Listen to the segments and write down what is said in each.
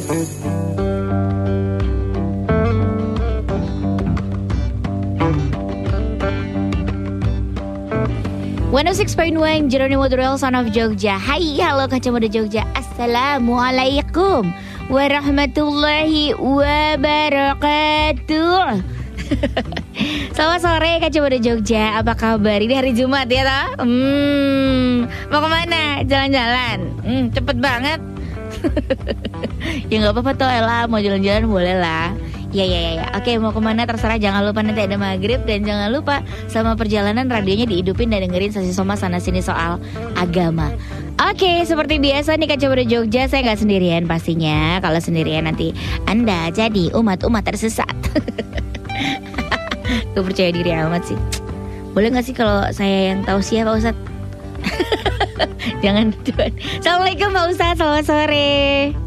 .106.1 Jeronimo Durrell, son of Jogja. Hai, halo Kaca Muda Jogja. Assalamualaikum warahmatullahi wabarakatuh. Selamat sore Kaca Muda Jogja. Apa kabar? Ini hari Jumat ya toh? Mau kemana? Jalan-jalan? Cepet banget. Ya gak apa-apa toh Ella, mau jalan-jalan boleh lah. Ya. Oke, mau kemana terserah. Jangan lupa nanti ada maghrib. Dan jangan lupa selama perjalanan radionya dihidupin dan dengerin Sasi Soma sana sini soal agama. Oke, seperti biasa nih Kaca Muda Jogja, saya gak sendirian pastinya. Kalau sendirian nanti Anda jadi umat-umat tersesat. Gue percaya diri amat sih. Boleh gak sih kalau saya yang tausiah Pak Ustadz? Jangan tuan. Assalamualaikum Pak Ustadz, selamat sore.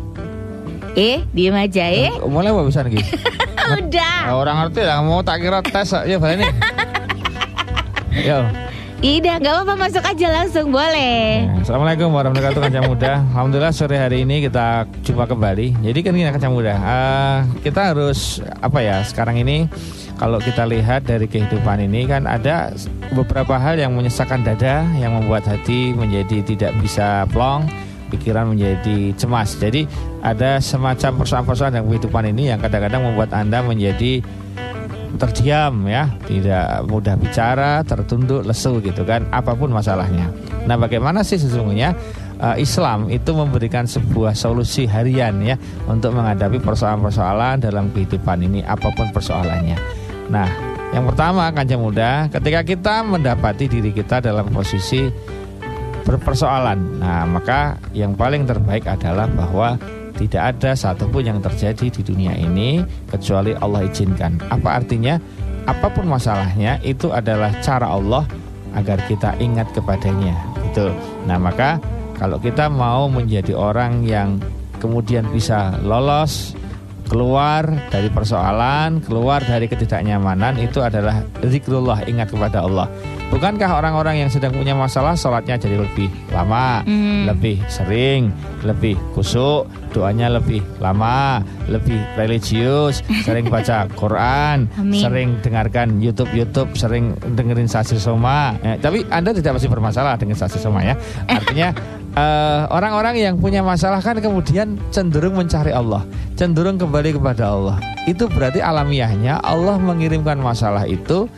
Diem aja mulai Pak bisa nih. Udah. Orang ngerti lah, mau tak kira tes ya Pak ini. Yo. Ida, gak apa-apa, masuk aja langsung, boleh. Assalamualaikum warahmatullahi wabarakatuh Kaca Muda. Alhamdulillah sore hari ini kita jumpa kembali. Jadi kan gini Kaca Muda, kita harus sekarang ini kalau kita lihat dari kehidupan ini kan ada beberapa hal yang menyesakkan dada, yang membuat hati menjadi tidak bisa plong, pikiran menjadi cemas. Jadi ada semacam persoalan-persoalan dalam kehidupan ini yang kadang-kadang membuat Anda menjadi terdiam ya, tidak mudah bicara, tertunduk, lesu gitu kan, apapun masalahnya. Nah, bagaimana sih sesungguhnya Islam itu memberikan sebuah solusi harian ya untuk menghadapi persoalan-persoalan dalam kehidupan ini, apapun persoalannya. Nah, yang pertama Kaca Muda, ketika kita mendapati diri kita dalam posisi berpersoalan, nah maka yang paling terbaik adalah bahwa tidak ada satupun yang terjadi di dunia ini kecuali Allah izinkan. Apa artinya? Apapun masalahnya itu adalah cara Allah agar kita ingat kepadanya. Gitu. Nah maka kalau kita mau menjadi orang yang kemudian bisa lolos, keluar dari persoalan, keluar dari ketidaknyamanan, itu adalah zikrullah, ingat kepada Allah. Bukankah orang-orang yang sedang punya masalah sholatnya jadi lebih lama, lebih sering, lebih khusyuk, doanya lebih lama, lebih religius, sering baca Quran, sering dengarkan YouTube, sering dengerin Sasi Soma. Tapi Anda tidak pasti bermasalah dengan Sasi Soma ya. Artinya orang-orang yang punya masalah kan kemudian cenderung mencari Allah, cenderung kembali kepada Allah. Itu berarti alamiahnya Allah mengirimkan masalah itu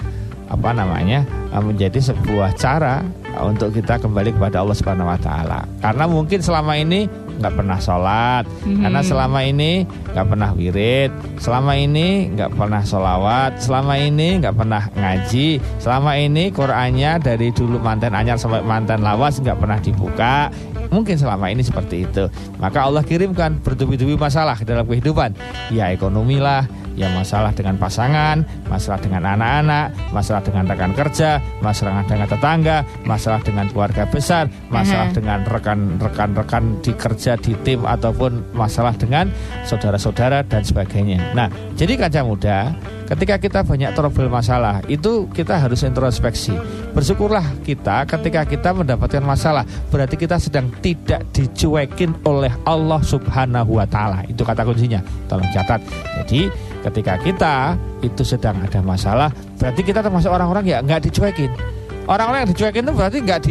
menjadi sebuah cara untuk kita kembali kepada Allah Subhanahu wa taala. Karena mungkin selama ini enggak pernah sholat, karena selama ini enggak pernah wirid, selama ini enggak pernah sholawat, selama ini enggak pernah ngaji, selama ini Qur'annya dari dulu manten anyar sampai manten lawas enggak pernah dibuka. Mungkin selama ini seperti itu. Maka Allah kirimkan bertubi-tubi masalah dalam kehidupan. Ya ekonomi lah, ya masalah dengan pasangan, masalah dengan anak-anak, masalah dengan rekan kerja, masalah dengan tetangga, masalah dengan keluarga besar, masalah dengan rekan-rekan di kerja, di tim, ataupun masalah dengan saudara-saudara dan sebagainya. Nah, jadi Kaca Muda, ketika kita banyak trouble masalah, itu kita harus introspeksi. Bersyukurlah kita ketika kita mendapatkan masalah, berarti kita sedang tidak dicuekin oleh Allah Subhanahu wa taala. Itu kata kuncinya. Tolong catat. Jadi ketika kita itu sedang ada masalah, berarti kita termasuk orang-orang yang nggak dicuekin. Orang-orang yang dicuekin itu berarti nggak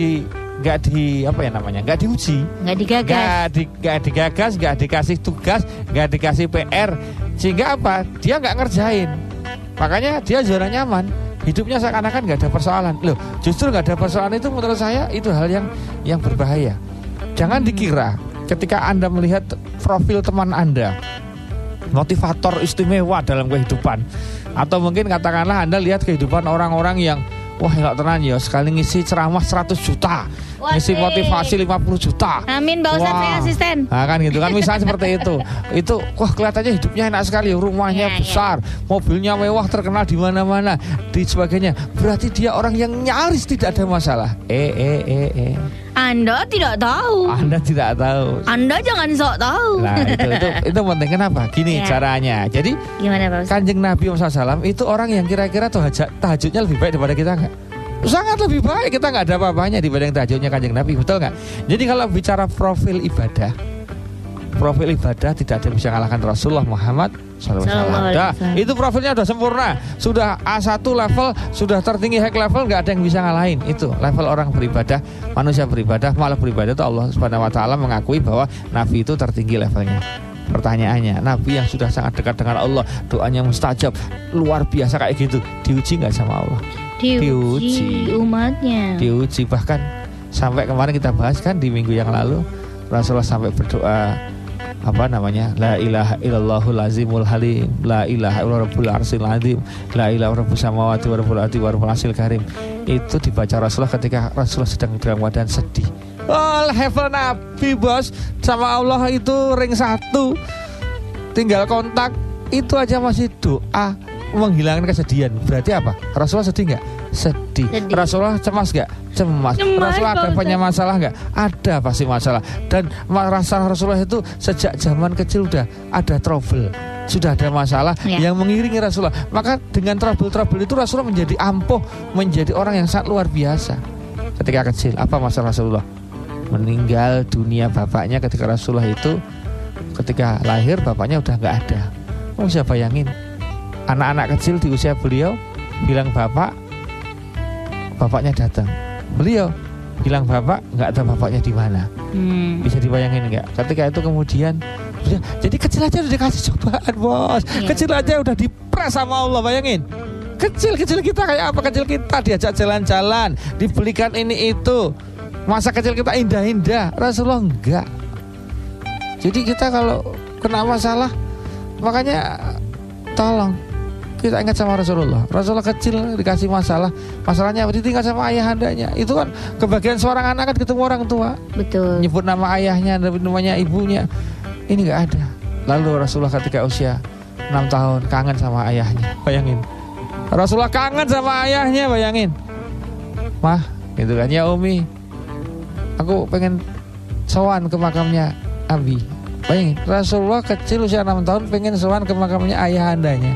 diuji, nggak digagas, nggak dikasih tugas, nggak dikasih PR, sehingga apa? Dia nggak ngerjain. Makanya dia zona nyaman, hidupnya seakan-akan nggak ada persoalan. Loh, justru nggak ada persoalan itu menurut saya itu hal yang berbahaya. Jangan dikira ketika Anda melihat profil teman Anda, motivator istimewa dalam kehidupan, atau mungkin katakanlah Anda lihat kehidupan orang-orang yang wah nggak tenan ya, sekali ngisi ceramah 100 juta, ngisi motivasi 50 juta. Amin, Pak Ustadz, saya asisten. Nah kan gitu kan, misalnya seperti itu. Itu wah kelihatannya hidupnya enak sekali, rumahnya besar, mobilnya mewah, terkenal di mana-mana, di sebagainya. Berarti dia orang yang nyaris tidak ada masalah. Anda tidak tahu. Anda tidak tahu. Anda jangan sok tahu. Nah itu penting. Kenapa? Gini caranya. Jadi gimana Pak Ustadz? Kanjeng Nabi SAW itu orang yang kira-kira tahajudnya lebih baik daripada kita nggak? Sangat lebih baik. Kita nggak ada apa-apanya dibanding tahajudnya Kanjeng Nabi, betul nggak? Jadi kalau bicara profil ibadah, profil ibadah tidak ada yang bisa mengalahkan Rasulullah Muhammad SAW. Itu profilnya sudah sempurna, sudah A1 level, sudah tertinggi high level, nggak ada yang bisa ngalahin. Itu level orang beribadah, manusia beribadah, malah beribadah itu Allah Subhanahu Wa Taala mengakui bahwa Nabi itu tertinggi levelnya. Pertanyaannya, Nabi yang sudah sangat dekat dengan Allah, doanya mustajab, luar biasa kayak gitu, diuji nggak sama Allah? Diuji umatnya. Diuji, bahkan sampai kemarin kita bahas kan di minggu yang lalu, Rasulullah sampai berdoa la ilaha illallahul azimul halim, la ilaha illallah rabbul arsyil azim, la ilaha rabbus samawati wa rabbul ardi wa rabbul arsyil karim. Itu dibaca Rasulullah ketika Rasulullah sedang dalam keadaan sedih. Oh, level Nabi bos sama Allah itu ring 1, tinggal kontak itu aja masih doa menghilangkan kesedihan. Berarti apa? Rasulullah sedih nggak? Sedih. Rasulullah cemas nggak? Cemas. Rasulullah ada punya masalah nggak? Ada pasti masalah. Dan rasa Rasulullah itu sejak zaman kecil udah ada trouble, sudah ada masalah yang mengiringi Rasulullah. Maka dengan trouble itu Rasulullah menjadi ampuh, menjadi orang yang sangat luar biasa. Ketika kecil, apa masalah Rasulullah? Meninggal dunia bapaknya ketika Rasulullah itu, ketika lahir bapaknya udah nggak ada. Bisa bayangin anak-anak kecil di usia beliau bilang bapaknya datang, beliau bilang bapak, nggak tahu bapaknya di mana. Bisa dibayangin nggak? Ketika itu kemudian, jadi kecil aja udah dikasih cobaan bos, kecil aja udah dipres sama Allah. Bayangin, kecil kita kayak apa? Kecil kita diajak jalan-jalan, dibelikan ini itu. Masa kecil kita indah-indah, Rasulullah enggak. Jadi kita kalau kena masalah, makanya tolong kita ingat sama Rasulullah. Rasulullah kecil dikasih masalah, masalahnya ditinggal sama ayahandanya. Itu kan kebagian seorang anak kan ketemu orang tua. Betul. Nyebut nama ayahnya, namanya ibunya. Ini enggak ada. Lalu Rasulullah ketika usia 6 tahun kangen sama ayahnya. Bayangin. Rasulullah kangen sama ayahnya, bayangin. Mah, gitu kan, ya Umi, aku pengen sowan ke makamnya Abi. Bayangin, Rasulullah kecil usia 6 tahun pengen sowan ke makamnya ayahandanya.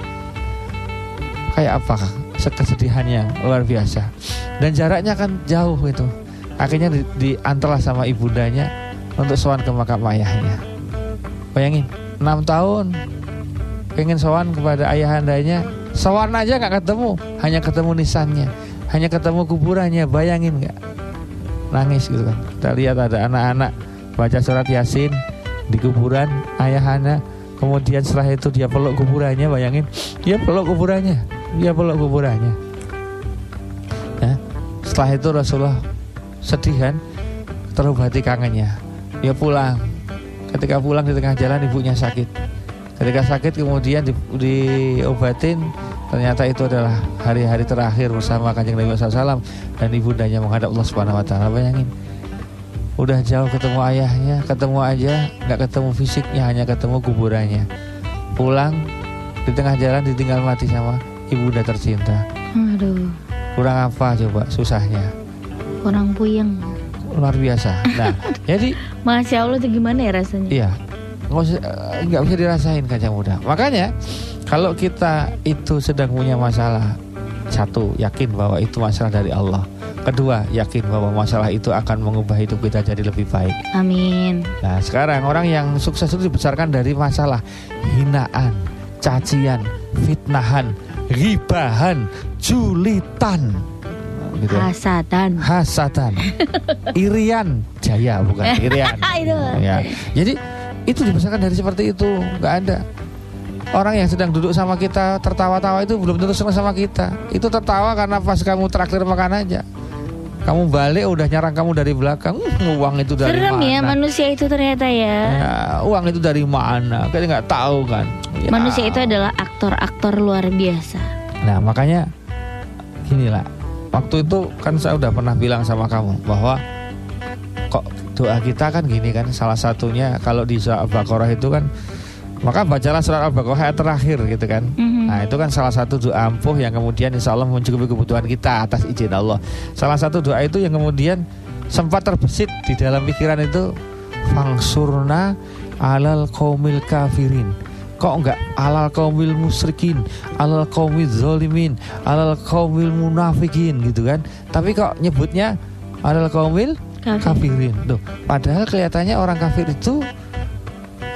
Kayak apa kesedihannya luar biasa. Dan jaraknya kan jauh itu. Akhirnya diantarlah sama ibundanya untuk sowan ke makam ayahnya. Bayangin, 6 tahun pengen sowan kepada ayahandanya, sowan aja gak ketemu, hanya ketemu nisannya, hanya ketemu kuburannya. Bayangin gak? Nangis gitu kan. Kita lihat ada anak-anak baca surat Yasin di kuburan ayahanda, kemudian setelah itu dia peluk kuburannya. Bayangin, dia peluk kuburannya. Ya. Setelah itu Rasulullah sedih kan, terobati kangennya. Dia pulang. Ketika pulang di tengah jalan ibunya sakit. Ketika sakit kemudian diobatin, ternyata itu adalah hari-hari terakhir bersama Kanjeng Nabi SAW, dan ibundanya menghadap Allah Subhanahu Wa Taala. Bayangin, udah jauh ketemu ayahnya, ketemu aja nggak ketemu fisiknya, hanya ketemu kuburannya. Pulang di tengah jalan ditinggal mati sama ibunda tercinta. Aduh. Kurang apa coba susahnya? Kurang puyeng. Luar biasa. Nah, jadi Masya Allah, itu gimana ya rasanya? Iya, nggak bisa dirasain Kacang Muda. Makanya kalau kita itu sedang punya masalah, satu, yakin bahwa itu masalah dari Allah. Kedua, yakin bahwa masalah itu akan mengubah hidup kita jadi lebih baik. Amin. Nah, sekarang orang yang sukses itu dibesarkan dari masalah hinaan, cacian, fitnahan, ribahan, julitan, gitu. Hasatan, irian, jaya bukan irian. Ya. Jadi itu dibesarkan dari seperti itu. Nggak ada orang yang sedang duduk sama kita tertawa-tawa itu belum tentu senang sama kita. Itu tertawa karena pas kamu traktir makan aja. Kamu balik udah nyarang kamu dari belakang. Uang itu dari serem mana? Ya manusia itu ternyata ya. Uang itu dari mana? Kita nggak tahu kan. Ya. Manusia itu adalah aktor-aktor luar biasa. Nah makanya ginilah. Waktu itu kan saya udah pernah bilang sama kamu bahwa kok doa kita kan gini kan. Salah satunya kalau di surah Al-Baqarah itu kan, maka bacalah surat Al-Baqarah ayat terakhir gitu kan. Nah itu kan salah satu doa ampuh yang kemudian insya Allah mencukupi kebutuhan kita atas izin Allah. Salah satu doa itu yang kemudian sempat terbesit di dalam pikiran itu, fangsurna alal qaumil kafirin. Kok enggak alal qaumil musyrikin, alal qaumil zolimin, alal qaumil munafikin gitu kan. Tapi kok nyebutnya alal qaumil kafirin. Tuh, padahal kelihatannya orang kafir itu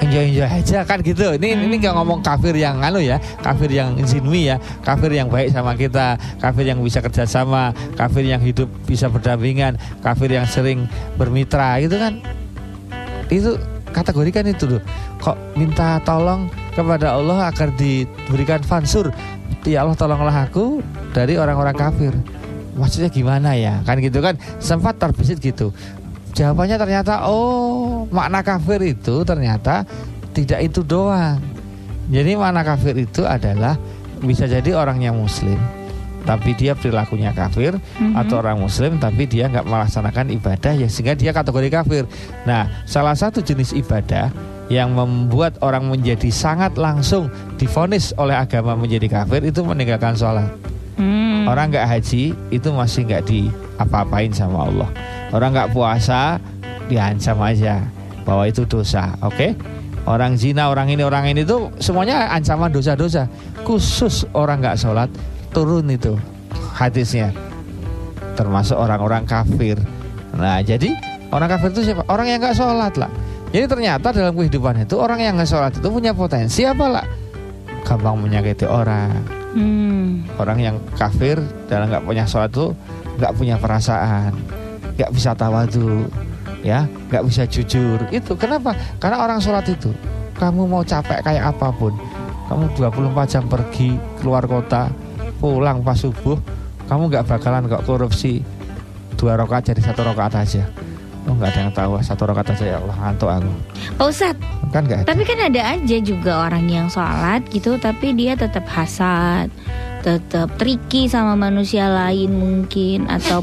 enjoy aja kan gitu. Ini nggak ngomong kafir yang kafir yang zinwi ya, kafir yang baik sama kita, kafir yang bisa kerjasama, kafir yang hidup bisa berdampingan, kafir yang sering bermitra gitu kan. Itu kategorikan itu loh. Kok minta tolong kepada Allah agar diberikan fansur, ya Allah tolonglah aku dari orang-orang kafir. Maksudnya gimana ya? Kan gitu kan, sempat terbesit gitu. Jawabannya ternyata makna kafir itu ternyata tidak itu doang. Jadi makna kafir itu adalah bisa jadi orangnya muslim tapi dia perilakunya kafir, atau orang muslim tapi dia nggak melaksanakan ibadah ya sehingga dia kategori kafir. Nah, salah satu jenis ibadah yang membuat orang menjadi sangat langsung divonis oleh agama menjadi kafir itu meninggalkan sholat. Orang nggak haji itu masih nggak diapa-apain sama Allah. Orang nggak puasa diancam aja bahwa itu dosa. Oke? Orang zina, orang ini itu semuanya ancaman dosa-dosa. Khusus orang nggak sholat turun itu hadisnya, termasuk orang-orang kafir. Nah, jadi orang kafir itu siapa? Orang yang nggak sholat lah. Jadi ternyata dalam kehidupan itu orang yang nggak sholat itu punya potensi apa lah? Gampang menyakiti orang. Orang yang kafir dalam nggak punya sholat itu nggak punya perasaan, nggak bisa tawadu, ya, nggak bisa jujur. Itu kenapa? Karena orang sholat itu, kamu mau capek kayak apapun, kamu 24 jam pergi keluar kota, pulang pas subuh, kamu nggak bakalan kok korupsi 2 rakaat jadi 1 rakaat aja. Nggak ada yang tahu 1 rakaat aja, ya Allah ngantuk aku. Pak Ustadz, kan nggak ada. Tapi kan ada aja juga orang yang sholat gitu, tapi dia tetap hasad, tetap tricky sama manusia lain mungkin, atau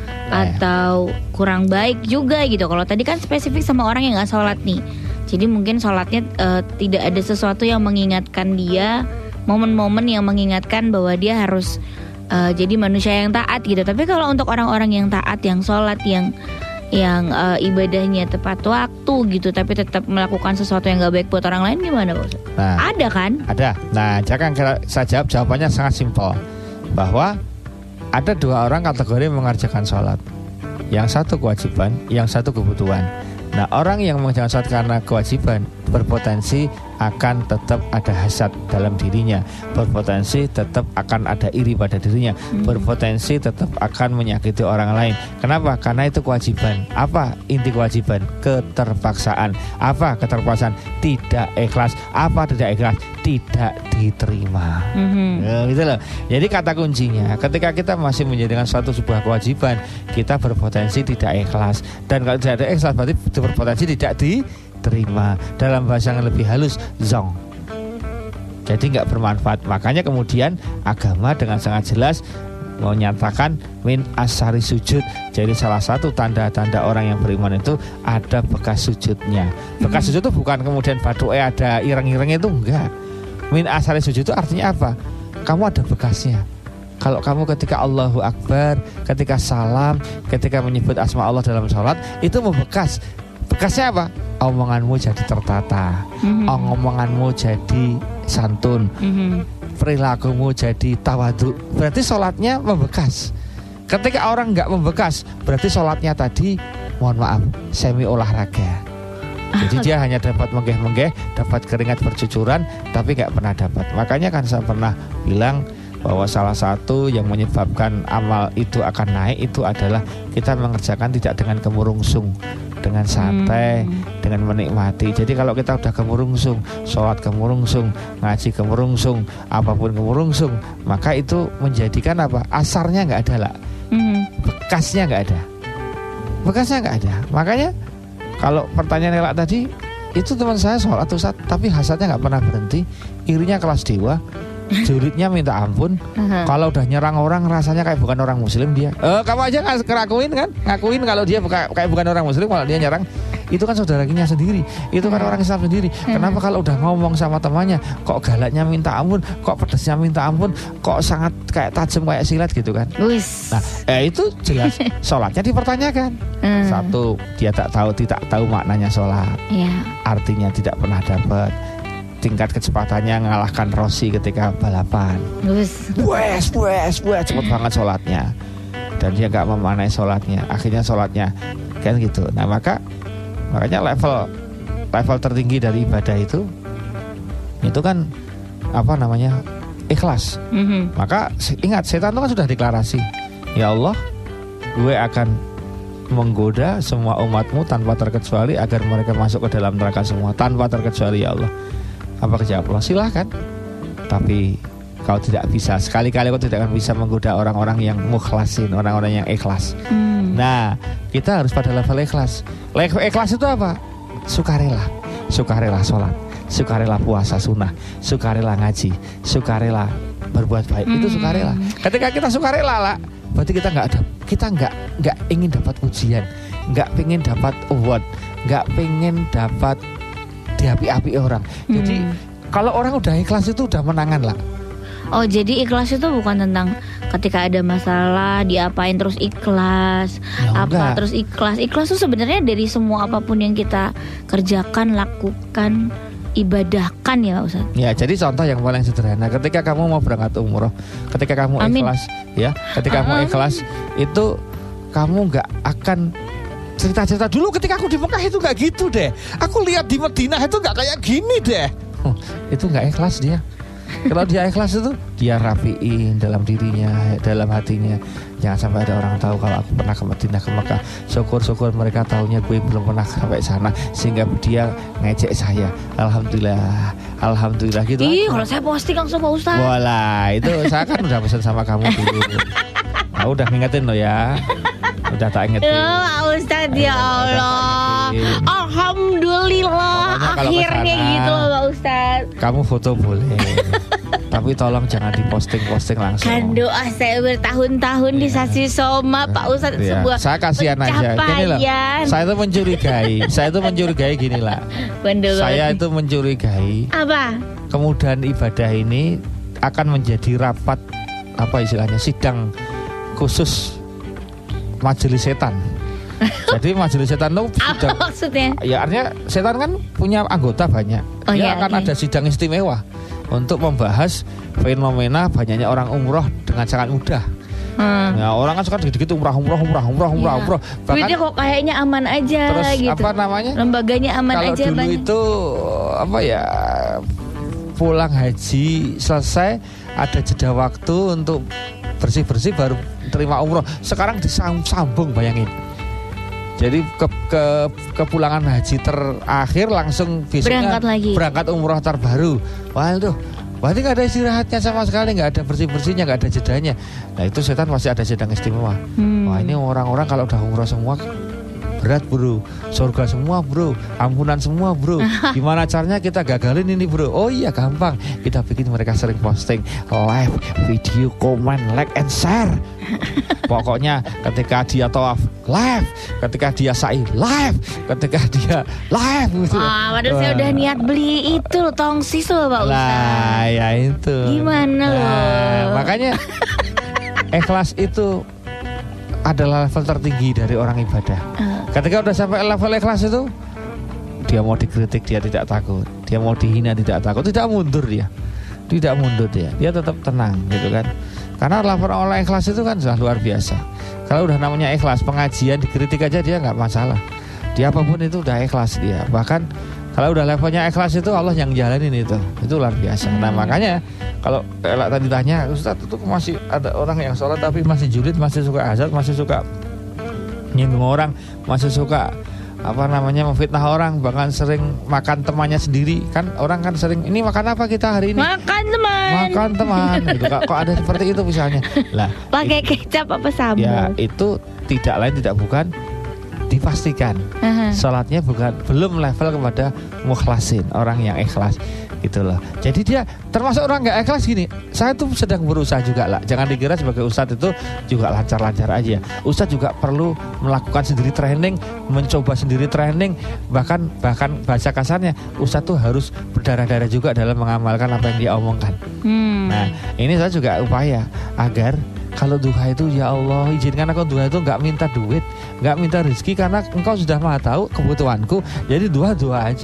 kurang baik juga gitu. Kalau tadi kan spesifik sama orang yang nggak sholat nih, jadi mungkin sholatnya tidak ada sesuatu yang mengingatkan dia, momen-momen yang mengingatkan bahwa dia harus jadi manusia yang taat gitu. Tapi kalau untuk orang-orang yang taat, yang sholat, yang ibadahnya tepat waktu gitu, tapi tetap melakukan sesuatu yang gak baik buat orang lain, gimana Pak Ustaz? Nah, ada kan? Ada. Nah, jangan saya jawab, jawabannya sangat simpel, bahwa ada 2 orang kategori mengerjakan sholat. Yang satu kewajiban, yang satu kebutuhan. Nah, orang yang mengerjakan sholat karena kewajiban berpotensi akan tetap ada hasad dalam dirinya, berpotensi tetap akan ada iri pada dirinya, berpotensi tetap akan menyakiti orang lain. Kenapa? Karena itu kewajiban. Apa inti kewajiban? Keterpaksaan. Apa keterpaksaan? Tidak ikhlas. Apa tidak ikhlas? Tidak diterima. Gitu loh. Jadi kata kuncinya, ketika kita masih menjadikan suatu sebuah kewajiban, kita berpotensi tidak ikhlas. Dan kalau tidak ada ikhlas berarti berpotensi tidak diterima. Dalam bahasa yang lebih halus, zong. Jadi nggak bermanfaat. Makanya kemudian agama dengan sangat jelas menyatakan min asari sujud. Jadi salah satu tanda-tanda orang yang beriman itu ada bekas sujudnya. Bekas sujud itu bukan kemudian batuknya ada ireng-irengnya, itu enggak. Min asari sujud itu artinya apa? Kamu ada bekasnya. Kalau kamu ketika Allahu Akbar, ketika salam, ketika menyebut asma Allah dalam sholat, itu membekas. Bekasnya apa? Omonganmu jadi tertata, omonganmu jadi santun, perilakumu jadi tawadu. Berarti sholatnya membekas. Ketika orang nggak membekas, berarti sholatnya tadi, mohon maaf, semi olahraga. Jadi dia hanya dapat menggeh-menggeh, dapat keringat bercucuran, tapi nggak pernah dapat. Makanya kan saya pernah bilang bahwa salah satu yang menyebabkan amal itu akan naik itu adalah kita mengerjakan tidak dengan kemurungsung, dengan santai, dengan menikmati. Jadi kalau kita udah kemurungsung, sholat kemurungsung, ngaji kemurungsung, apapun kemurungsung, maka itu menjadikan apa? Asarnya nggak ada lah, bekasnya nggak ada, bekasnya nggak ada. Makanya kalau pertanyaan Ela tadi, itu teman saya sholat Ustaz, tapi hasadnya nggak pernah berhenti, irinya kelas dewa, julidnya minta ampun. Kalau udah nyerang orang rasanya kayak bukan orang muslim dia. Kamu aja ngakuin kan? Ngakuin kalau dia kayak bukan orang muslim kalau dia nyerang. Itu kan saudaranya sendiri. Itu kan orang Islam sendiri. Kenapa kalau udah ngomong sama temannya kok galaknya minta ampun, kok pedesnya minta ampun, kok sangat kayak tajam kayak silat gitu kan? Nah, itu jelas sholatnya dipertanyakan. Satu, dia tidak tahu maknanya sholat. Artinya tidak pernah dapat. Tingkat kecepatannya ngalahkan Rossi ketika balapan. Wes, cepet banget sholatnya. Dan dia nggak memaknai sholatnya. Akhirnya sholatnya kan gitu. Nah makanya level level tertinggi dari ibadah itu kan apa namanya, ikhlas. Maka ingat, setan itu kan sudah deklarasi, ya Allah, gue akan menggoda semua umatmu tanpa terkecuali agar mereka masuk ke dalam neraka semua tanpa terkecuali, ya Allah. Apa kejawab Allah? Silahkan, tapi kau tidak bisa, sekali-kali kau tidak akan bisa menggoda orang-orang yang mukhlasin, orang-orang yang ikhlas. Nah, kita harus pada level ikhlas. Level ikhlas itu apa? Sukarela sholat, sukarela puasa sunnah, sukarela ngaji, sukarela berbuat baik. Itu sukarela. Ketika kita sukarela lah, berarti kita nggak ingin dapat pujian, nggak pengen dapat award, nggak pengen dapat diapi-api orang. Jadi kalau orang udah ikhlas itu udah menangan lah. Oh, jadi ikhlas itu bukan tentang ketika ada masalah diapain terus ikhlas, terus ikhlas. Ikhlas itu sebenarnya dari semua apapun yang kita kerjakan, lakukan, ibadahkan, ya Ustaz. Ya, jadi contoh yang paling sederhana, ketika kamu mau berangkat umroh, ketika kamu ikhlas, ya, ketika kamu ikhlas itu kamu nggak akan cerita-cerita dulu ketika aku di Mekah itu nggak gitu deh. Aku lihat di Madinah itu nggak kayak gini deh. Itu nggak ikhlas dia. Kalau dia ikhlas itu dia rapiin dalam dirinya, dalam hatinya. Jangan sampai ada orang tahu kalau aku pernah ke Madinah, ke Mekah. Syukur-syukur mereka taunya gue belum pernah sampai sana, sehingga dia ngejek saya. Alhamdulillah gitu. Kalau saya posting langsung Pak Ustaz. Wala, itu saya kan udah pesan sama kamu dulu. Nah, udah ngingetin lo ya. Udah tak ingetin. Pak Ustaz, ya Allah. Alhamdulillah, akhirnya gitu loh Pak Ustaz. Kamu foto boleh, tapi tolong jangan diposting langsung. Kan doa saya bertahun-tahun di Sasi Soma Pak Ustaz, sebuah saya kasihan aja. Gini lah, saya itu mencurigai gini lah. Saya itu mencurigai apa? Kemudahan ibadah ini akan menjadi rapat, apa istilahnya, sidang khusus majelis setan. Jadi majelis setan itu apa maksudnya? Ya artinya setan kan punya anggota banyak. Dia akan ada sidang istimewa untuk membahas fenomena banyaknya orang umroh dengan sangat mudah. Ya, orang kan suka dikit-dikit umrah. Bahkan kok kayaknya aman aja. Terus gitu. Apa namanya? Lembaganya aman kalau aja. Kalau dulu banyak. itu apa ya? Pulang haji selesai ada jeda waktu untuk bersih-bersih baru terima umroh. Sekarang disambung, bayangin. Jadi kepulangan haji terakhir langsung besoknya berangkat umroh terbaru. Waduh, berarti nggak ada istirahatnya sama sekali, nggak ada bersih-bersihnya, nggak ada jedanya. Nah itu setan pasti ada sidang istimewa. Wah, ini orang-orang kalau udah umroh semua berat bro, surga semua bro, ampunan semua bro. Gimana caranya kita gagalin ini bro? Oh iya gampang, kita bikin mereka sering posting live, video, komen, like and share. Pokoknya ketika dia tawaf live, ketika dia sa'i live, ketika dia live gitu. Padahal saya udah niat beli itu tongsis loh Pak Ustaz. Lah ya itu. Gimana loh? Makanya ikhlas itu adalah level tertinggi dari orang ibadah. Ketika udah sampai level ikhlas itu, dia mau dikritik dia tidak takut, dia mau dihina tidak takut, tidak mundur dia, dia tetap tenang gitu kan. Karena level orang ikhlas itu kan sudah luar biasa. Kalau udah namanya ikhlas, pengajian dikritik aja dia nggak masalah. Dia apapun itu udah ikhlas dia. Bahkan kalau udah levelnya ikhlas itu Allah yang jalanin itu luar biasa. Nah makanya kalau tadi tanya Ustaz itu masih ada orang yang sholat tapi masih julid, masih suka azab, masih suka nyinggung orang, masih suka memfitnah orang, bahkan sering makan temannya sendiri. Kan orang kan sering, ini makan apa kita hari ini? Makan teman gitu. Kok ada seperti itu misalnya. Lah, pakai kecap apa sambal? Ya, itu tidak lain tidak bukan dipastikan salatnya belum level kepada mukhlasin, orang yang ikhlas gitu loh. Jadi dia termasuk orang nggak ikhlas gini. Saya tuh sedang berusaha juga lah. Jangan dikira sebagai ustadz itu juga lancar-lancar aja. Ustadz juga perlu melakukan sendiri training, mencoba sendiri training, bahkan bahasa kasarnya ustadz tuh harus berdarah-darah juga dalam mengamalkan apa yang dia omongkan. Nah ini saya juga upaya agar kalau duha itu ya Allah izinkan aku duha itu nggak minta duit, nggak minta rezeki, karena engkau sudah maha tahu kebutuhanku. Jadi duha aja.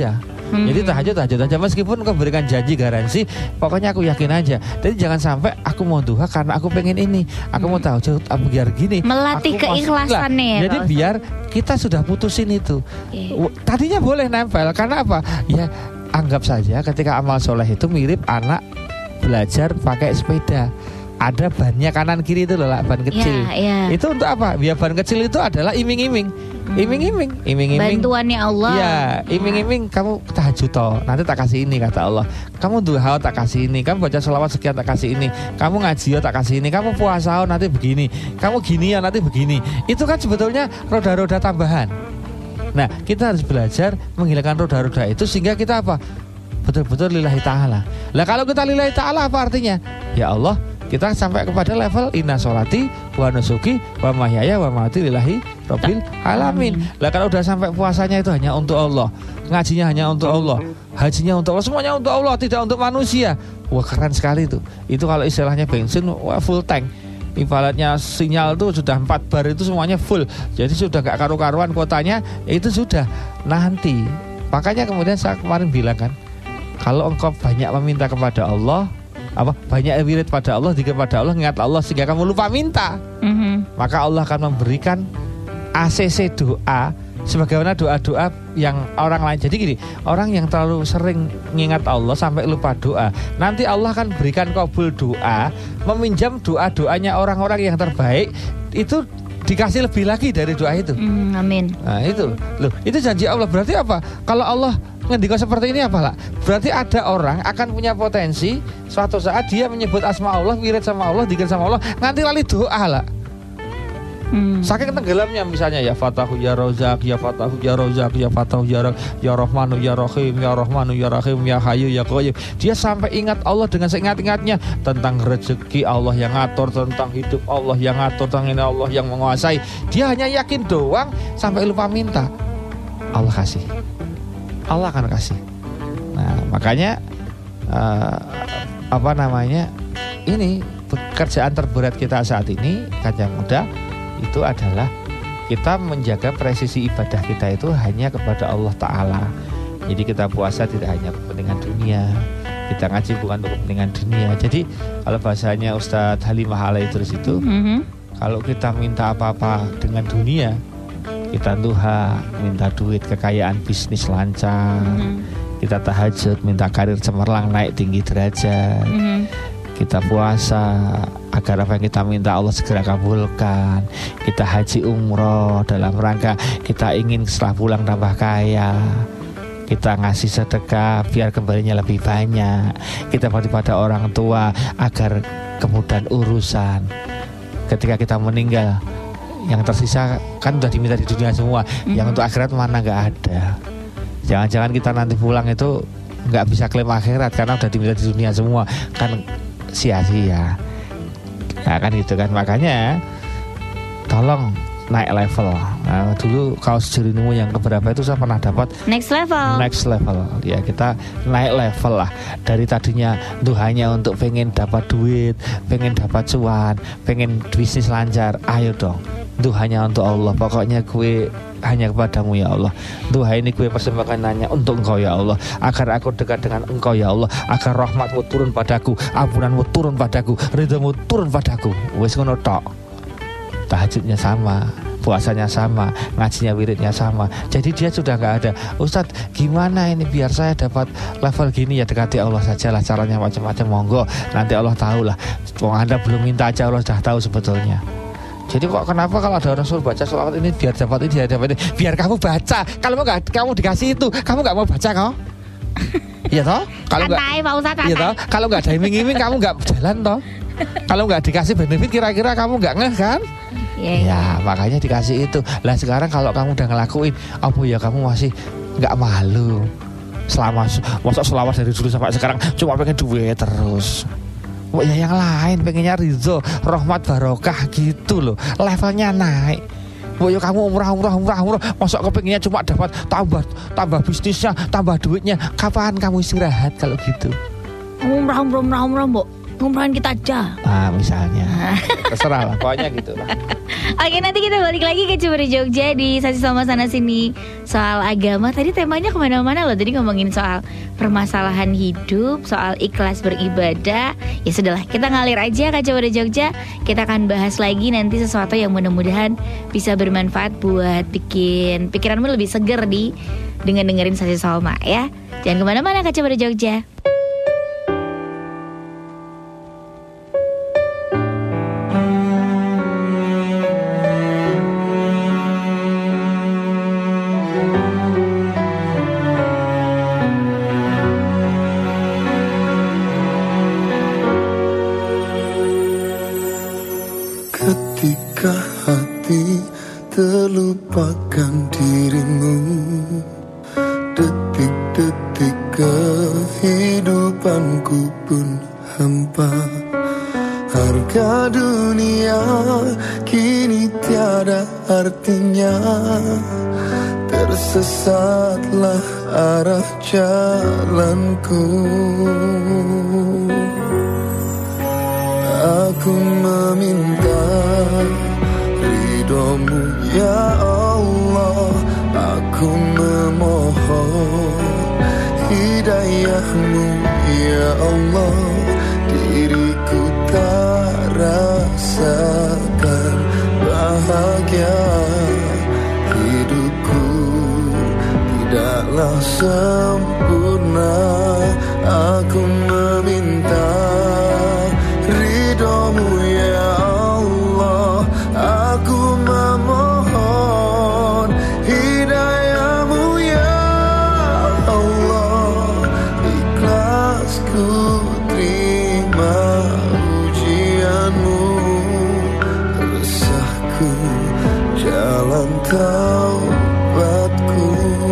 Jadi tahajud aja meskipun kau berikan janji garansi, pokoknya aku yakin aja. Jadi jangan sampai aku mau duha karena aku pengen ini, aku mau tahajud biar gini. Melatih keikhlasannya ya. Jadi biar kita sudah putusin itu. Tadinya boleh nempel karena apa? Ya anggap saja ketika amal soleh itu mirip anak belajar pakai sepeda. Ada bannya kanan kiri itu loh, ban kecil. Itu untuk apa? Biar ban kecil itu adalah iming-iming. Iming-iming. Bantuannya Allah. Ya, iming-iming kamu tahajud toh, nanti tak kasih ini kata Allah. Kamu duha tak kasih ini, kamu baca sholawat sekian tak kasih ini, kamu ngaji tak kasih ini, kamu puasa nanti begini, kamu gini ya nanti begini. Itu kan sebetulnya roda-roda tambahan. Nah, kita harus belajar menghilangkan roda-roda itu sehingga kita apa? Betul-betul lillahi ta'ala. Lah kalau kita lillahi ta'ala apa artinya? Ya Allah, kita sampai kepada level inna sholati wa nusuki wa mahyaya wa mamati lillahi rabbil alamin. Lah kalau udah sampai puasanya itu hanya untuk Allah, ngajinya hanya untuk Allah, hajinya untuk Allah, semuanya untuk Allah, tidak untuk manusia. Wah keren sekali itu. Itu kalau istilahnya bensin, wah full tank. Ibaratnya sinyal itu sudah 4 bar itu semuanya full. Jadi sudah gak karu-karuan kuotanya, itu sudah nanti. Makanya kemudian saya kemarin bilang kan, kalau engkau banyak meminta kepada Allah, banyak wirid pada Allah, zikir pada Allah, ingat Allah sehingga kamu lupa minta, maka Allah akan memberikan ACC doa sebagaimana doa-doa yang orang lain. Jadi gini, orang yang terlalu sering mengingat Allah sampai lupa doa, nanti Allah akan berikan kabul doa, meminjam doa-doanya orang-orang yang terbaik, itu dikasih lebih lagi dari doa itu. Amin. Nah itu loh, itu janji Allah. Berarti apa? Kalau Allah ngendika seperti ini apa lah? Berarti ada orang akan punya potensi suatu saat dia menyebut asma Allah, wirid sama Allah, dzikir sama Allah, nganti lali doa lah. Saking tenggelamnya misalnya ya Fatahu ya Rozak, ya Fatahu ya Rozak, ya Fatahu ya Rahmanu ya Rahim, ya Rahmanu ya Rahim, ya Hayyu ya Qayyum. Dia sampai ingat Allah dengan seingat-ingatnya tentang rezeki Allah yang ngatur, tentang hidup Allah yang ngatur, tentang ini Allah yang menguasai. Dia hanya yakin doang sampai lupa minta. Allah kasih. Allah akan kasih. Nah, makanya ini pekerjaan terberat kita saat ini Kanjeng Muda itu adalah kita menjaga presisi ibadah kita itu hanya kepada Allah Ta'ala. Jadi kita puasa tidak hanya kepentingan dunia, kita ngaji bukan untuk kepentingan dunia. Jadi kalau bahasanya Ustadz Halimah Al-Idrus itu, kalau kita minta apa-apa dengan dunia, kita duha, minta duit, kekayaan bisnis lancar, kita tahajud, minta karir cemerlang, naik tinggi derajat, kita puasa agar apa yang kita minta Allah segera kabulkan, kita haji umroh dalam rangka kita ingin setelah pulang tambah kaya, kita ngasih sedekah biar kembalinya lebih banyak, kita bakti pada orang tua agar kemudahan urusan. Ketika kita meninggal, yang tersisa kan udah diminta di dunia semua, yang untuk akhirat mana gak ada. Jangan-jangan kita nanti pulang itu gak bisa klaim akhirat karena udah diminta di dunia semua, kan sia-sia. Nah kan gitu kan, makanya tolong naik level. Nah, dulu kaos jerinumu yang keberapa itu saya pernah dapat next level. Ya kita naik level lah. Dari tadinya duhanya untuk pengen dapat duit, pengen dapat cuan, pengen bisnis lancar, ayo dong duhanya untuk Allah. Pokoknya gue hanya kepadamu ya Allah. Duha ini gue persembahkan hanya untuk engkau ya Allah, agar aku dekat dengan engkau ya Allah, agar rahmatmu turun padaku, ampunanmu turun padaku, ridhamu turun padaku. Wes ngono tok. Tahajudnya sama, puasanya sama, ngajinya wiridnya sama. Jadi dia sudah gak ada, Ustadz gimana ini biar saya dapat level gini? Ya dekati Allah sajalah, caranya macam-macam, monggo. Nanti Allah tahu lah. Anda belum minta aja Allah sudah tahu sebetulnya. Jadi kok kenapa kalau ada orang suruh baca sholawat ini biar dapat ini, biar dapat ini, biar kamu baca. Kalau nggak kamu dikasih itu, kamu nggak mau baca kok? Iya toh? Kalau nggak, iya toh? Kalau nggak ada iming-iming kamu nggak jalan toh? Kalau nggak dikasih benefit kira-kira kamu nggak ngeh kan? Ya makanya dikasih itu. Lah sekarang kalau kamu udah ngelakuin, apa ya kamu masih nggak malu? Selama masa sholawat dari dulu sampai sekarang cuma pengen duit terus. Ya yang lain pengennya ridho, rahmat, barokah gitu loh. Levelnya naik. Ya kamu umrah, masuk kepengennya cuma dapat tambah bisnisnya, tambah duitnya. Kapan kamu istirahat kalau gitu? Umrah, Mbok. ngumrohin kita aja. Misalnya. Terserah lah, pokoknya gitu lah. Oke, nanti kita balik lagi ke Ciburi Jogja di sesi Sama Sana Sini soal agama. Tadi temanya kemana-mana loh. Tadi ngomongin soal permasalahan hidup, soal ikhlas beribadah. Ya sudahlah, kita ngalir aja ke Ciburi Jogja. Kita akan bahas lagi nanti sesuatu yang mudah-mudahan bisa bermanfaat buat bikin pikiranmu lebih seger dengan dengerin sesi Salma ya. Jangan kemana-mana ke Ciburi Jogja. Ketika hati terlupakan dirimu, detik-detik kehidupanku pun hampa. Harga dunia kini tiada artinya. Tersesatlah arah jalanku. Aku meminta ridhomu ya Allah. Aku memohon hidayahmu ya Allah. Diriku tak rasakan bahagia. Hidupku tidaklah sempurna. Aku meminta ridhomu ya Allah. Aku memohon hidayahmu ya Allah. Ikhlas ku terima ujianmu. Resahku jalan taubatku.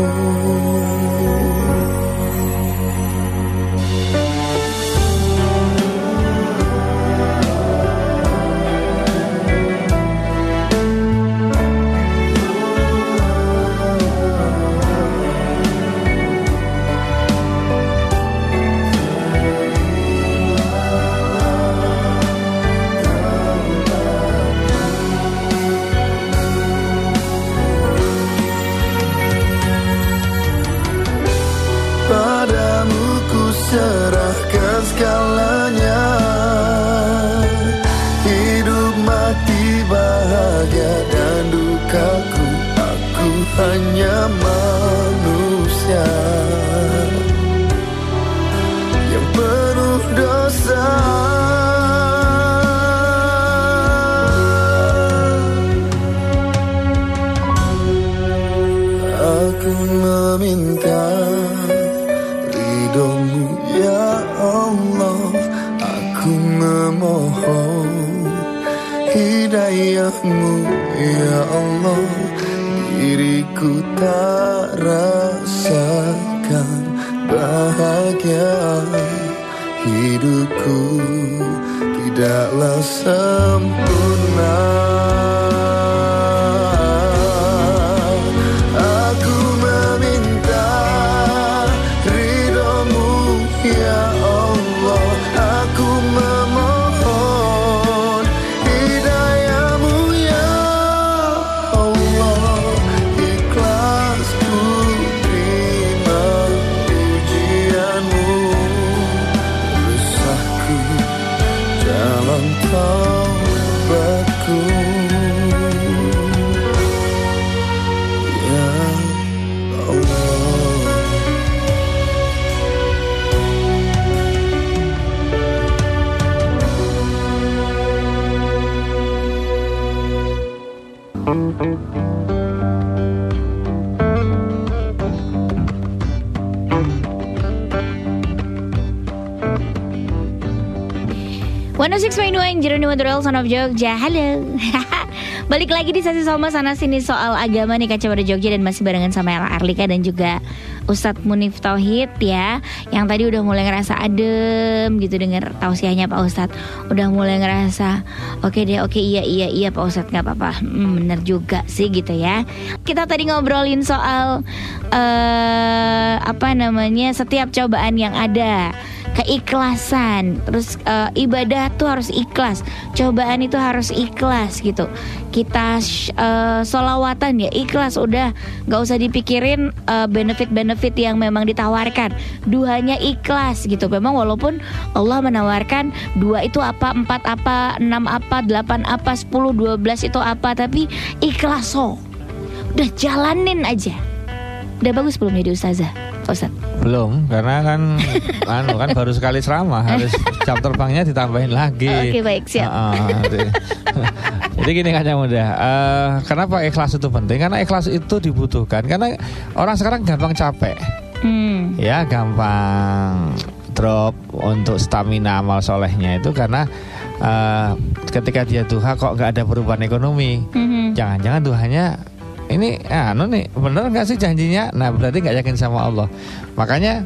Padamu ku serahkan segalanya. Hidup mati bahagia dan dukaku. Aku hanya manusia yang penuh dosa. Aku meminta ridhomu ya Allah. Aku memohon hidayahmu ya Allah. Diriku tak rasakan bahagia. Hidupku tidaklah sempurna. Aku meminta ridhomu ya Allah. Aku memohon hidayahmu ya Allah. Ikhlas ku terima ujianmu. Resahku jalan taubatku ya Allah. One 106.1 Jeruni Montreal Son of Jogja. Halo. Balik lagi di sesi Sama Sana Sini soal agama nih Kak Ciburi Jogja. Dan masih barengan sama Ella Arlika dan juga Ustadz Munif Tauhid ya. Yang tadi udah mulai ngerasa adem gitu denger tausiahnya Pak Ustadz. Udah mulai ngerasa oke deh, oke iya Pak Ustadz, gak apa-apa. Bener juga sih gitu ya. Kita tadi ngobrolin soal setiap cobaan yang ada keikhlasan. Terus ibadah tuh harus ikhlas, cobaan itu harus ikhlas gitu. Kita sholawatan ya ikhlas, udah gak usah dipikirin benefit-benefit yang memang ditawarkan. Duhanya ikhlas gitu. Memang walaupun Allah menawarkan 2 itu apa, 4 apa, 6 apa, 8 apa, 10, 12 itu apa, tapi ikhlas udah jalanin aja. Udah bagus belum jadi ustazah, Ustaz? Belum, karena kan kan baru sekali ceramah, harus jam terbangnya ditambahin lagi. Oke, baik, siap. Jadi gini kan yang muda, kenapa ikhlas itu penting? Karena ikhlas itu dibutuhkan. Karena orang sekarang gampang capek, ya gampang drop untuk stamina amal solehnya itu karena ketika dia duha kok nggak ada perubahan ekonomi. Jangan-jangan duhanya ini nih bener nggak sih janjinya? Nah berarti nggak yakin sama Allah. Makanya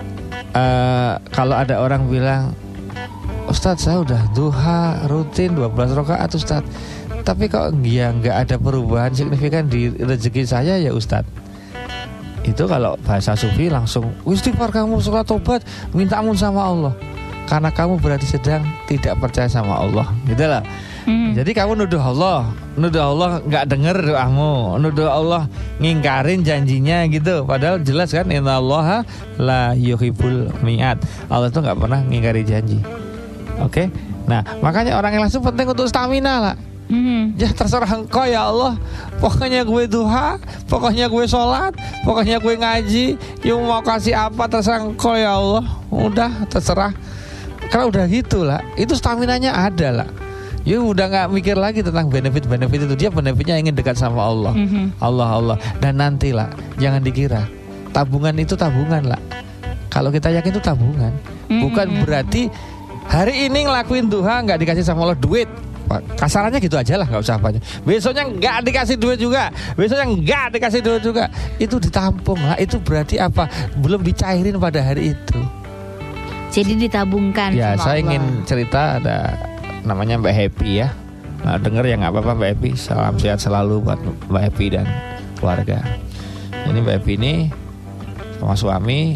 kalau ada orang bilang, Ustadz saya udah duha rutin 12 rakaat Ustadz, tapi kok dia nggak ada perubahan signifikan di rezeki saya ya Ustadz. Itu kalau bahasa sufi langsung istighfar kamu, sholat tobat, minta ampun sama Allah. Karena kamu berarti sedang tidak percaya sama Allah, gitu lah. Jadi kamu nuduh Allah nggak denger doamu, nuduh Allah ngingkarin janjinya gitu. Padahal jelas kan, innallaha la yuhibbul mi'ad. Allah itu nggak pernah ngingkari janji. Oke? Nah makanya orang ikhlas itu penting untuk stamina lah. Ya terserah engkau ya Allah. Pokoknya gue duha, pokoknya gue sholat, pokoknya gue ngaji. Yang mau kasih apa terserah engkau ya Allah. Udah terserah. Karena udah gitu lah, itu staminanya ada lah. Ya udah nggak mikir lagi tentang benefit-benefit itu. Dia benefitnya ingin dekat sama Allah. Allah. Dan nantilah, jangan dikira tabungan itu tabungan lah. Kalau kita yakin itu tabungan, bukan berarti hari ini ngelakuin duha nggak dikasih sama Allah duit. Kasarannya gitu aja lah, nggak usah banyak. Besoknya nggak dikasih duit juga, besoknya nggak dikasih duit juga. Itu ditampung lah. Itu berarti apa? Belum dicairin pada hari itu. Jadi ditabungkan. Ya, saya Allah. ingin cerita, ada namanya Mbak Happy ya. Nah, denger ya nggak apa-apa Mbak Happy. Salam sehat selalu buat Mbak Happy dan keluarga. Ini Mbak Happy ini sama suami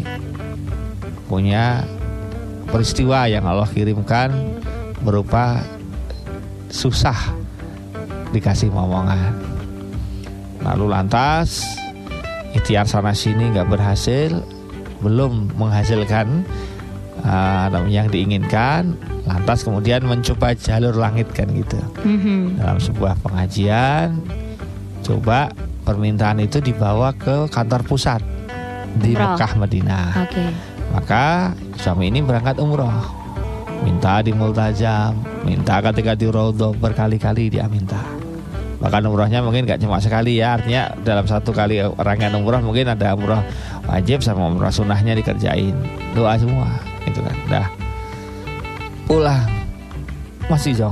punya peristiwa yang Allah kirimkan berupa susah dikasih momongan. Lalu lantas ikhtiar sana sini nggak berhasil, belum menghasilkan yang diinginkan. Lantas kemudian mencoba jalur langit kan gitu. Dalam sebuah pengajian, coba permintaan itu dibawa ke kantor pusat di Mekah Madinah. Maka suami ini berangkat umroh, minta di multajam, minta ketika di Raudhah, berkali-kali dia minta. Bahkan umrohnya mungkin gak cuma sekali ya. Artinya dalam satu kali rangkaian umroh mungkin ada umroh wajib sama umroh sunnahnya dikerjain. Doa semua gitu kan. Dah pulang masih jong.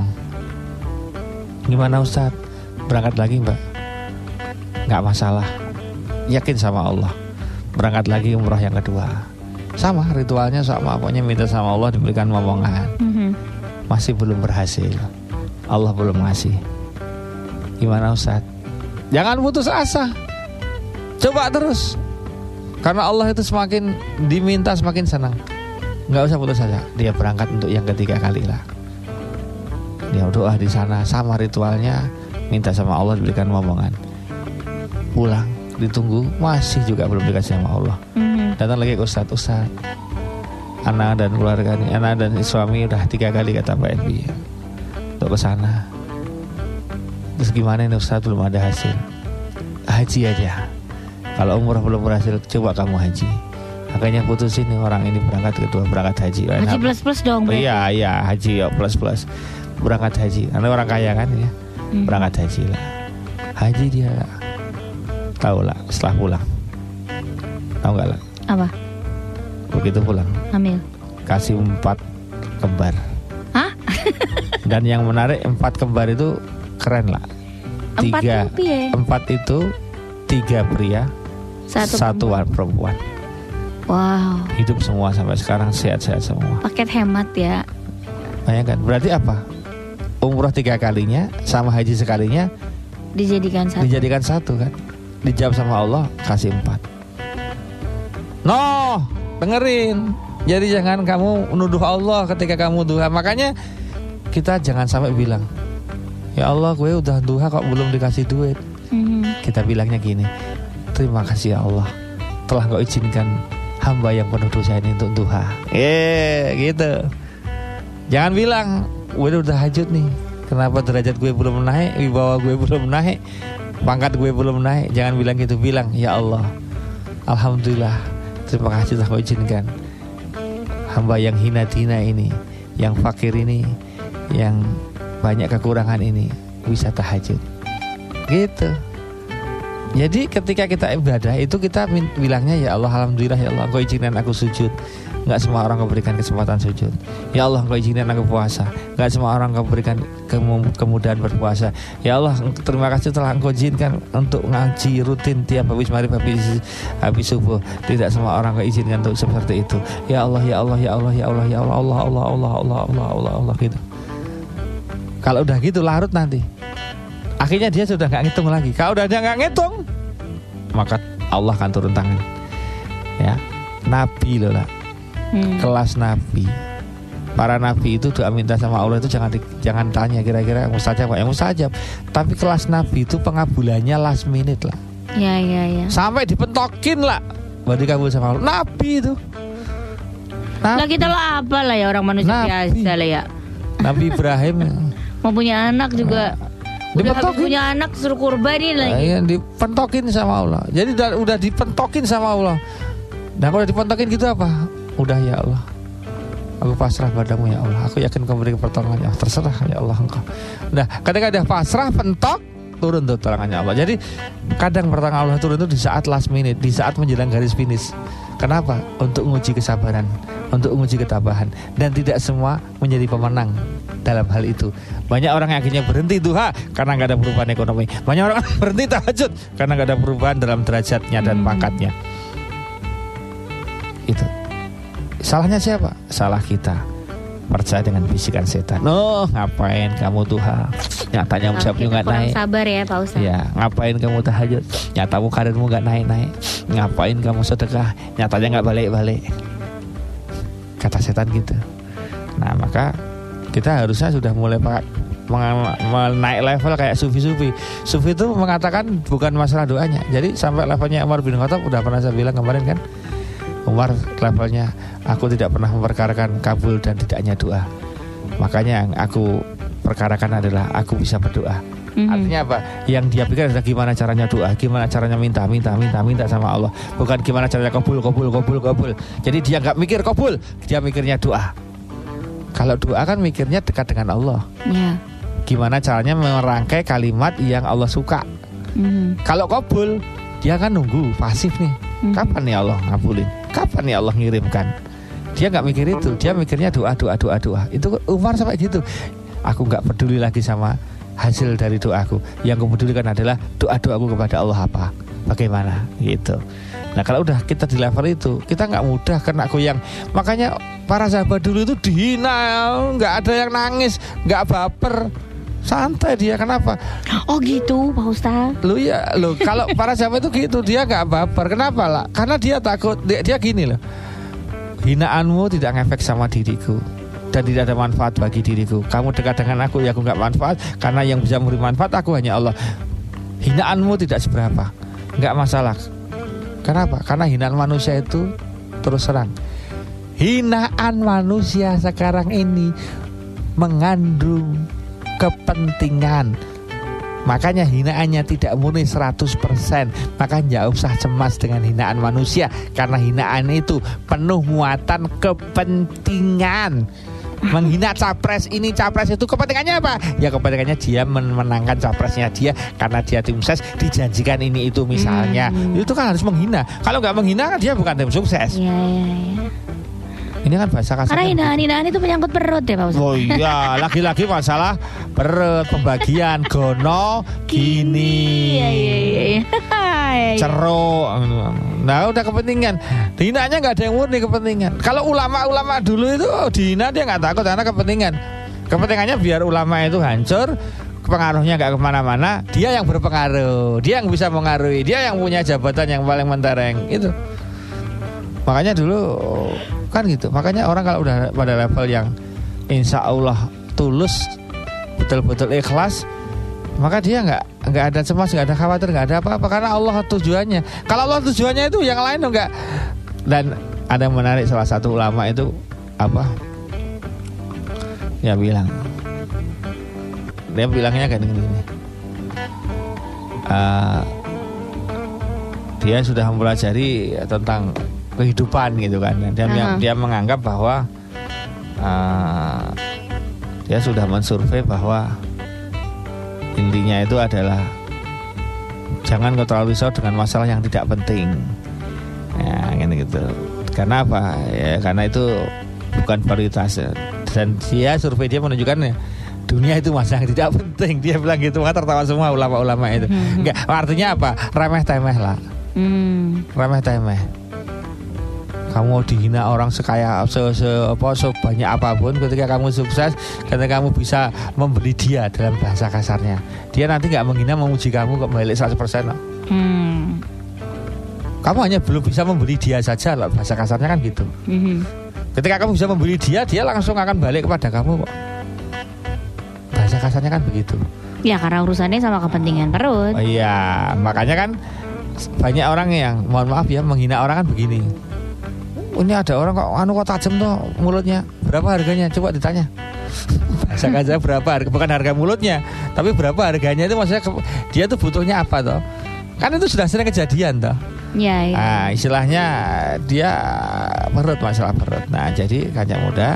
Gimana Ustadz? Berangkat lagi Mbak? Gak masalah, yakin sama Allah. Berangkat lagi umroh yang kedua. Sama ritualnya, sama pokoknya minta sama Allah diberikan momongan. Masih belum berhasil, Allah belum ngasih. Gimana Ustaz? Jangan putus asa, coba terus. Karena Allah itu semakin diminta semakin senang. Nggak usah putus asa. Dia berangkat untuk yang ketiga kali lah. Dia doa di sana, sama ritualnya, minta sama Allah diberikan momongan. Pulang, ditunggu, masih juga belum dikasih sama Allah. Datang lagi ke Ustaz, anak dan keluarga ini, anak dan suami udah 3 kali kata Pak Elvi untuk ke sana. Terus gimana nih Ustaz, belum ada hasil. Haji aja. Kalau umrah belum berhasil, coba kamu haji. Makanya putusin nih orang ini berangkat kedua, berangkat haji. Haji plus dong. Iya haji ya plus. Berangkat haji. Karena orang kaya kan ya. Berangkat haji lah. Haji dia tahu lah setelah pulang. Tahu nggak lah? Apa? Begitu pulang. Hamil. Kasih 4 kembar. Hah? Dan yang menarik 4 kembar itu keren lah. 4 itu 3 pria, 1 perempuan. Wow. Hidup semua sampai sekarang sehat-sehat semua. Paket hemat ya. Bayangkan, berarti apa? Umroh 3 kalinya sama haji sekalinya dijadikan 1 kan? Dijawab sama Allah, kasih 4. No, dengerin. Jadi jangan kamu nuduh Allah ketika kamu duha. Makanya kita jangan sampai bilang, ya Allah gue udah duha kok belum dikasih duit. Kita bilangnya gini, terima kasih ya Allah telah kau izinkan hamba yang penuh dosa ini untuk duha. Gitu. Jangan bilang gue udah tahajud nih, kenapa derajat gue belum naik, wibawa gue belum naik, pangkat gue belum naik. Jangan bilang gitu. Bilang, ya Allah, alhamdulillah, terima kasih telah kau izinkan hamba yang hina-hina ini, yang fakir ini, yang banyak kekurangan ini bisa tahajud. Gitu. Jadi ketika kita ibadah itu kita bilangnya, ya Allah, alhamdulillah ya Allah, Engkau izinkan aku sujud. Enggak semua orang Engkau berikan kesempatan sujud. Ya Allah, Engkau izinkan aku puasa. Enggak semua orang Engkau berikan kemudahan berpuasa. Ya Allah, terima kasih telah Engkau izinkan untuk ngaji rutin tiap habis maghrib, habis subuh. Tidak semua orang Engkau izinkan untuk seperti itu. Ya Allah, ya Allah, ya Allah, ya Allah, ya Allah, Allah, Allah, Allah, Allah, Allah, Allah, Allah, gitu. Kalau udah gitu larut nanti. Akhirnya dia sudah gak ngitung lagi. Kalau udah dia gak ngitung, maka Allah akan turun tangan. Ya, Nabi loh lah, kelas Nabi. Para Nabi itu doa minta sama Allah itu jangan tanya kira-kira mustajab apa, mustajab. Tapi kelas Nabi itu pengabulannya last minute lah. Ya. Sampai dipentokin lah, baru dikabul sama Allah. Nabi itu. Lah kita lah apa lah ya, orang manusia Nabi. biasa lah ya. Nabi Ibrahim mau punya anak juga. Udah habis punya anak suruh kurbanin lagi. Iya, dipentokin sama Allah. Jadi udah dipentokin sama Allah. Dan kalau dipentokin gitu apa? Udah ya Allah, aku pasrah padamu ya Allah. Aku yakin kau beri pertolongannya. Terserah ya Allah engkau. Nah, ketika dia pasrah, pentok, turun tuh pertolongannya Allah. Jadi kadang pertolongan Allah turun itu di saat last minute, di saat menjelang garis finish. Kenapa? Untuk menguji kesabaran, untuk menguji ketabahan. Dan tidak semua menjadi pemenang dalam hal itu. Banyak orang yang akhirnya berhenti duha karena gak ada perubahan ekonomi. Banyak orang berhenti tahajud karena gak ada perubahan dalam derajatnya dan pangkatnya. Itu. Salahnya siapa? Salah kita. Percaya dengan bisikan setan. Ngapain kamu duha? Nyatanya musabnya gak naik. Sabar ya Pak Ustaz. Ya, ngapain kamu tahajud? Nyatamu karirmu gak naik-naik. Ngapain kamu sedekah? Nyatanya gak balik-balik. Kata setan gitu. Nah, maka kita harusnya sudah mulai naik level kayak sufi-sufi. Sufi itu mengatakan bukan masalah doanya. Jadi sampai levelnya Umar bin Khattab, udah pernah saya bilang kemarin kan, Umar levelnya, aku tidak pernah memperkarakan kabul dan tidaknya doa. Makanya yang aku perkarakan adalah aku bisa berdoa. Artinya apa? Yang dia pikir adalah gimana caranya doa, gimana caranya minta sama Allah. Bukan gimana caranya kabul. Jadi dia gak mikir kabul, dia mikirnya doa. Kalau doa kan mikirnya dekat dengan Allah. Ya. Gimana caranya merangkai kalimat yang Allah suka. Kalau kabul, dia kan nunggu, pasif nih. Kapan nih Allah ngabulin? Kapan nih Allah ngirimkan? Dia gak mikir itu, dia mikirnya doa. Itu Umar sampai gitu. Aku gak peduli lagi sama hasil dari doaku. Yang aku pedulikan adalah doa-doaku kepada Allah apa, bagaimana gitu. Nah kalau udah kita di level itu, kita gak mudah kena goyang. Makanya para sahabat dulu itu dihina, gak ada yang nangis, gak baper, santai dia. Kenapa? Oh gitu Pak Ustaz. Kalau para sahabat itu gitu, dia gak baper. Kenapa lah? Karena dia takut. Dia gini loh, hinaanmu tidak ngefek sama diriku dan tidak ada manfaat bagi diriku. Kamu dekat dengan aku, ya aku gak manfaat. Karena yang bisa memberi manfaat aku hanya Allah. Hinaanmu tidak seberapa, gak masalah. Kenapa? Karena hinaan manusia itu terus serang. Hinaan manusia sekarang ini mengandung kepentingan. Makanya hinaannya tidak murni 100%. Maka jangan usah cemas dengan hinaan manusia. Karena hinaan itu penuh muatan kepentingan. Menghina capres ini, capres itu, kepentingannya apa? Ya kepentingannya dia memenangkan capresnya dia. Karena dia tim sukses, dijanjikan ini itu misalnya. Itu kan harus menghina. Kalau gak menghina dia bukan tim sukses. Iya. Ini kan bahasa kasar. Karena hinaan itu menyangkut perut ya Pak Ustaz. Oh iya, lagi-lagi masalah perut, pembagian gono gini. Iya. Ceruk. Nah, udah kepentingan. Dihinaannya enggak ada yang murni kepentingan. Kalau ulama-ulama dulu itu dihina dia enggak takut karena kepentingan. Kepentingannya biar ulama itu hancur, pengaruhnya enggak kemana-mana. Dia yang berpengaruh, dia yang bisa mengaruhi, dia yang punya jabatan yang paling mentereng itu. Makanya dulu kan gitu. Makanya orang kalau udah pada level yang insya Allah tulus, betul-betul ikhlas, maka dia nggak ada cemas, nggak ada khawatir, nggak ada apa-apa, karena Allah tujuannya. Kalau Allah tujuannya itu yang lain enggak. Dan ada yang menarik, salah satu ulama itu apa? Dia bilangnya kayak gini. Dia sudah mempelajari tentang kehidupan gitu kan. Dan dia menganggap bahwa dia sudah mensurvei bahwa intinya itu adalah jangan kau terlalu risau dengan masalah yang tidak penting. Ya, gitu. Karena apa? Ya, karena itu bukan prioritas. Dan survei dia menunjukkan dunia itu masalah yang tidak penting. Dia bilang gitu, maka tertawa semua ulama-ulama itu. Enggak, artinya apa? Remeh-temeh lah. Remeh-temeh. Kamu mau dihina orang sekaya sebanyak apapun, ketika kamu sukses, ketika kamu bisa membeli dia, dalam bahasa kasarnya, dia nanti nggak menghina, memuji kamu kok balik 100%. Kamu hanya belum bisa membeli dia saja loh, bahasa kasarnya kan gitu. Ketika kamu bisa membeli dia langsung akan balik kepada kamu kok. Bahasa kasarnya kan begitu. Ya karena urusannya sama kepentingan perut. Oh iya, makanya kan banyak orang yang, mohon maaf ya, menghina orang kan begini. Ini ada orang kok tajam tuh mulutnya. Berapa harganya? Coba ditanya. Bahasa kasar berapa harga? Bukan harga mulutnya, tapi berapa harganya itu, maksudnya dia tuh butuhnya apa toh? Kan itu sudah sering kejadian toh. Ya. Nah, istilahnya dia perut, masalah perut. Nah, jadi Kancah Muda,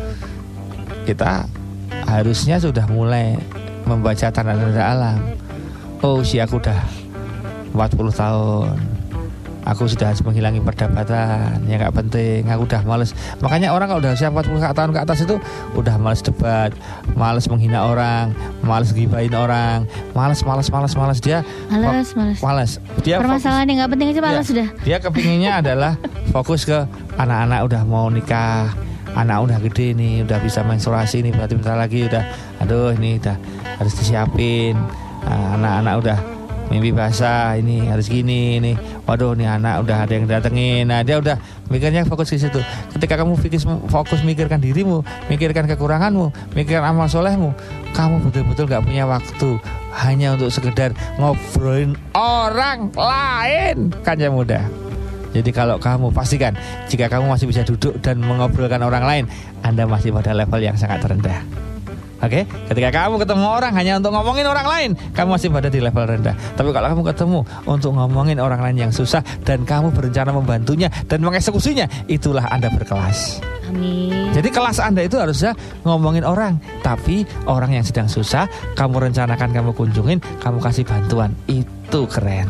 kita harusnya sudah mulai membaca tanda-tanda alam. Oh, aku udah 40 tahun. Aku sudah harus menghilangi perdebatan yang gak penting. Aku udah males. Makanya orang kalau udah usia 40 tahun ke atas itu udah males debat, males menghina orang, males gibahin orang, males dia males. Dia permasalahan yang gak penting aja males sudah. Dia kepinginnya adalah fokus ke anak-anak udah mau nikah, anak udah gede nih, udah bisa menstruasi nih, berarti bentar lagi udah, aduh ini udah harus disiapin. Anak-anak udah mimpi basah, ini harus gini nih. Waduh, nih anak udah ada yang datengin. Nah, dia udah mikirnya fokus ke situ. Ketika kamu fokus mikirkan dirimu, mikirkan kekuranganmu, mikirkan amal solehmu, kamu betul-betul gak punya waktu hanya untuk sekedar ngobrolin orang lain. Kancah Muda. Jadi kalau kamu pastikan, jika kamu masih bisa duduk dan mengobrolkan orang lain, Anda masih pada level yang sangat rendah. Oke, ketika kamu ketemu orang hanya untuk ngomongin orang lain, kamu masih pada di level rendah. Tapi kalau kamu ketemu untuk ngomongin orang lain yang susah dan kamu berencana membantunya dan mengeksekusinya, itulah Anda berkelas. Amin. Jadi kelas Anda itu harusnya ngomongin orang, tapi orang yang sedang susah, kamu rencanakan, kamu kunjungin, kamu kasih bantuan. Itu keren.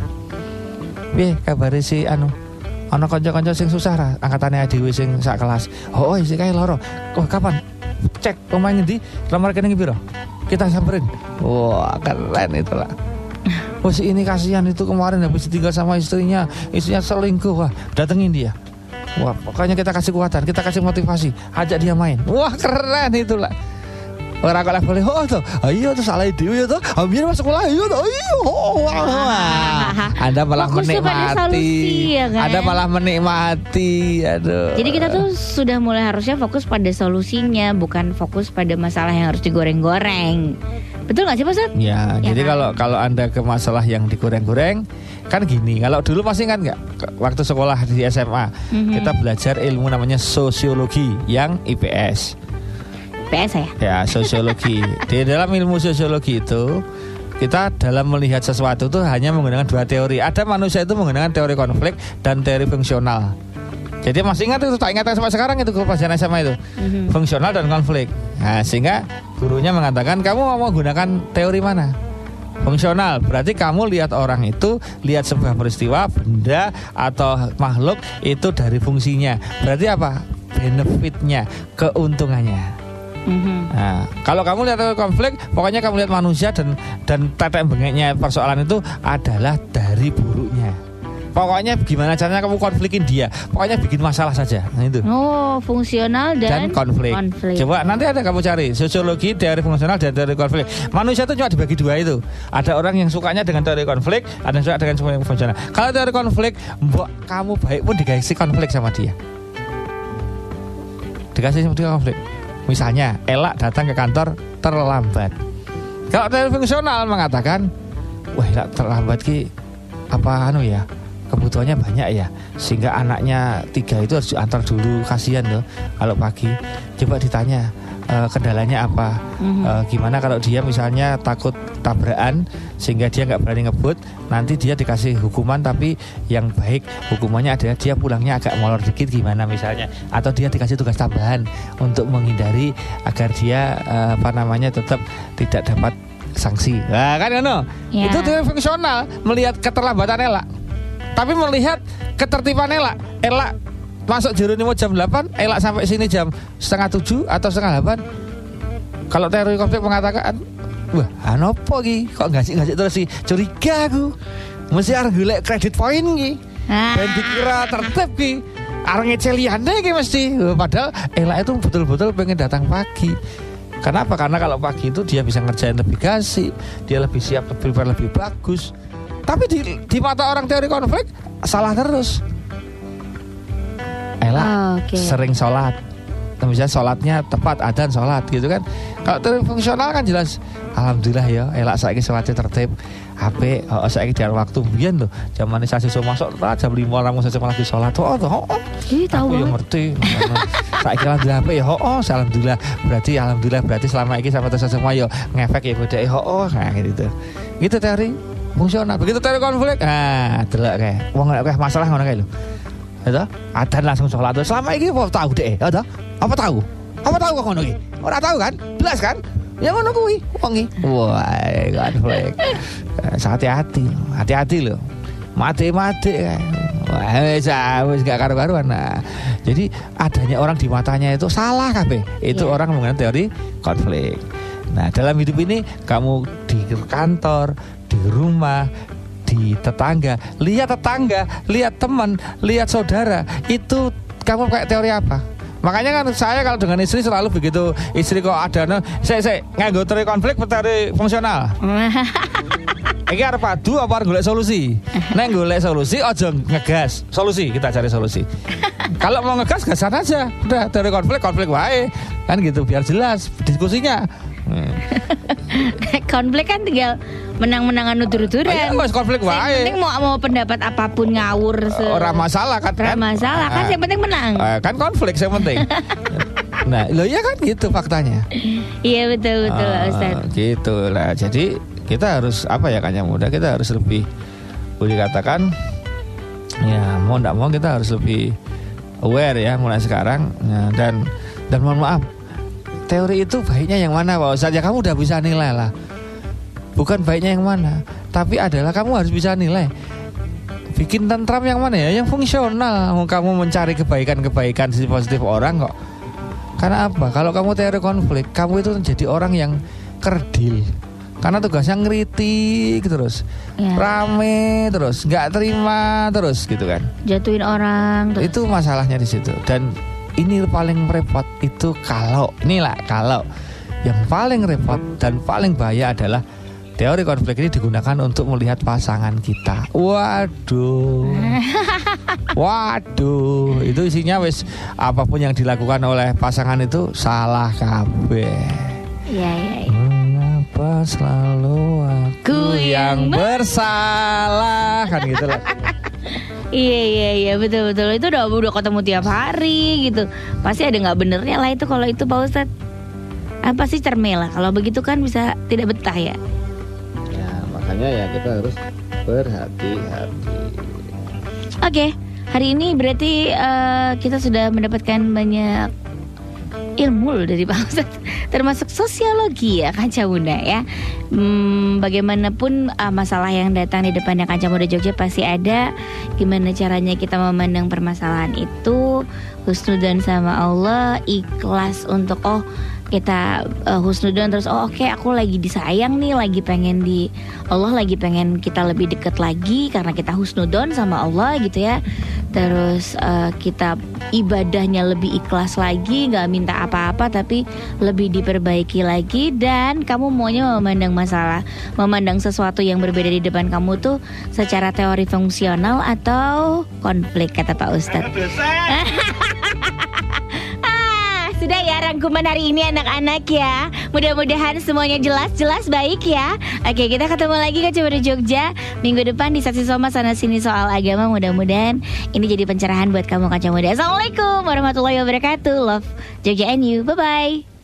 Kabare si ana kanca-kanca sing susah ra, angkatane dhewe sing sak kelas. Oh, isi kae loro. Oh, kapan? Cek pemain di lamar rekening piro, kita samperin. Wah, keren itulah. Oh, si ini kasihan itu kemarin habis ditinggal sama istrinya selingkuh. Wah, datengin dia. Wah, pokoknya kita kasih kekuatan, kita kasih motivasi, ajak dia main. Wah, keren itulah. Ora kok boleh tuh. Ayo tuh salah dhewe tuh. Biar masuk sekolah ayo tuh. Anda malah menikmati. Ya kan? Anda malah menikmati. Aduh. Jadi kita tuh sudah mulai harusnya fokus pada solusinya, bukan fokus pada masalah yang harus digoreng-goreng. Betul nggak sih Pak Ustadz? Ya, jadi kan? kalau Anda ke masalah yang digoreng-goreng, kan gini. Kalau dulu pasti kan nggak, waktu sekolah di SMA kita belajar ilmu namanya sosiologi yang IPS. PS ya, sosiologi. Di dalam ilmu sosiologi itu kita dalam melihat sesuatu itu hanya menggunakan dua teori. Ada manusia itu menggunakan teori konflik dan teori fungsional. Jadi masih ingat itu, tak ingat sampai sekarang itu pelajaran SMA itu. Fungsional dan konflik. Nah, sehingga gurunya mengatakan kamu mau menggunakan teori mana? Fungsional, berarti kamu lihat orang itu, lihat sebuah peristiwa, benda atau makhluk itu dari fungsinya. Berarti apa? Benefitnya, keuntungannya. Nah, kalau kamu lihat konflik, pokoknya kamu lihat manusia dan tetek bengeknya persoalan itu adalah dari buruknya. Pokoknya gimana caranya kamu konflikin dia, pokoknya bikin masalah saja. Nah, itu. Oh, fungsional dan konflik. Coba nanti ada kamu cari sosiologi teori fungsional dan teori konflik. Manusia itu cuma dibagi dua itu. Ada orang yang sukanya dengan teori konflik, ada yang suka dengan teori fungsional. Kalau teori konflik, mbok kamu baik pun dikasih konflik sama dia. dikasih seperti konflik. Misalnya Ella datang ke kantor terlambat. Kalau teori fungsional mengatakan, wah Ella terlambat ki apa ya, kebutuhannya banyak ya, sehingga anaknya 3 itu harus diantar dulu, kasihan loh kalau pagi. Coba ditanya kendalanya apa, gimana kalau dia misalnya takut tabrakan sehingga dia nggak berani ngebut, nanti dia dikasih hukuman tapi yang baik, hukumannya adalah dia pulangnya agak molor dikit gimana misalnya, atau dia dikasih tugas tambahan untuk menghindari agar dia tetap tidak dapat sanksi. Nah kan Ya. Itu teori fungsional, melihat keterlambatan Ella. Tapi melihat ketertiban Ella masuk Jeronimo jam 8, Ella sampai sini jam 6:30 atau 7:30. Kalau teori konflik mengatakan, wah anopo ki, kok ngasih terus sih, curiga aku. Mesti arep golek kredit poin ki. Ben dikira tertib ki. Arep ngeceliane ki mesti. Padahal Ella itu betul-betul pengen datang pagi. Kenapa? Karena kalau pagi itu dia bisa ngerjain lebih gasik, dia lebih siap, lebih bagus. Tapi di mata orang teori konflik salah terus. Ella sering sholat, misalnya sholatnya tepat, adzan sholat gitu kan. Kalau teori fungsional kan jelas, alhamdulillah ya Ella saiki sholatnya tertib, HP saiki di waktu biyen lho, zaman sasi masuk jam 5 orang saya lagi sholat. Tahu aku yang ngerti. Saiki alhamdulillah HP ya alhamdulillah. Berarti selama ini sampai terus semua yo ngefek ya beda nah gitu. Gitu teori fungsional. Begitu teori konflik, delok kae. Wong nek masalah ngono kae lho. Itu adzan langsung sholat. Selama ini tahu deh, ada? Apa tahu kok ngono iki? Ora tahu kan? Belas kan? Ya ngono kuwi wong iki. Wah, konflik. Hati-hati lho. Mati kan. Wah, wis gak karu-karuan. Nah, jadi adanya orang di matanya itu salah kabeh. Itu orang mengenai teori konflik. Nah, dalam hidup ini kamu di kantor, di rumah, di tetangga, lihat teman, lihat saudara, itu kamu kayak teori apa? Makanya kan saya kalau dengan istri selalu begitu, istri kok ada saya nganggo teori konflik, teori fungsional. Iki arep padu apa arep golek solusi? Nek golek solusi aja ngegas, solusi, kita cari solusi. Kalau mau ngegas gasan aja, udah teori konflik wae. Kan gitu biar jelas diskusinya. Konflik kan tinggal menang-menangan nudur-nuduran. Ya wis konflik wae. Yang penting mau pendapat apapun ngawur ora masalah kan. Ora masalah kan, yang penting menang. Kan konflik yang penting. Nah, lo ya kan gitu faktanya. Iya betul Ustaz. Gitu lah. Jadi kita harus apa ya Kak Muda, kita harus lebih boleh dikatakan ya mau enggak mau kita harus lebih aware ya mulai sekarang. Nah, dan mohon maaf, teori itu baiknya yang mana Pak Ustaz? Ya kamu udah bisa nilai lah. Bukan baiknya yang mana, tapi adalah kamu harus bisa nilai. Bikin tentram yang mana ya? Yang fungsional. Kamu mencari kebaikan-kebaikan sisi positif orang kok. Karena apa? Kalau kamu teori konflik, kamu itu jadi orang yang kerdil. Karena tugasnya ngeritik terus, rame terus, nggak terima terus gitu kan. Jatuhin orang terus. Itu masalahnya di situ. Dan ini paling repot itu kalau yang paling repot dan paling bahaya adalah teori konflik ini digunakan untuk melihat pasangan kita. Waduh, itu isinya wis apapun yang dilakukan oleh pasangan itu salah kabeh. Iya. Mengapa selalu aku yang bersalah kan gitu lah. Iya betul. Itu udah ketemu tiap hari gitu. Pasti ada nggak benernya lah itu kalau itu Pak Ustadz. Apa sih cermela? Kalau begitu kan bisa tidak betah ya. Ya makanya ya kita harus berhati-hati. Oke, hari ini berarti kita sudah mendapatkan banyak ilmu dari Pak Ustadz, termasuk sosiologi ya Kaca Muda ya. Bagaimanapun masalah yang datang di depannya Kaca Muda Jogja pasti ada. Gimana caranya kita memandang permasalahan itu, husnudzon sama Allah, ikhlas untuk kita husnudzon terus oke, aku lagi disayang nih, lagi pengen Allah lagi pengen kita lebih dekat lagi karena kita husnudzon sama Allah gitu ya. Terus kita ibadahnya lebih ikhlas lagi, gak minta apa-apa tapi lebih diperbaiki lagi. Dan kamu maunya memandang sesuatu yang berbeda di depan kamu tuh secara teori fungsional atau konflik kata Pak Ustadz. sudah ya rangkuman hari ini anak-anak ya. Mudah-mudahan semuanya jelas-jelas baik ya. Oke, kita ketemu lagi Kaca Muda Jogja minggu depan di Saksi Soma sana sini soal agama. Mudah-mudahan ini jadi pencerahan buat kamu Kaca Muda. Assalamualaikum warahmatullahi wabarakatuh. Love Jogja and you. Bye-bye.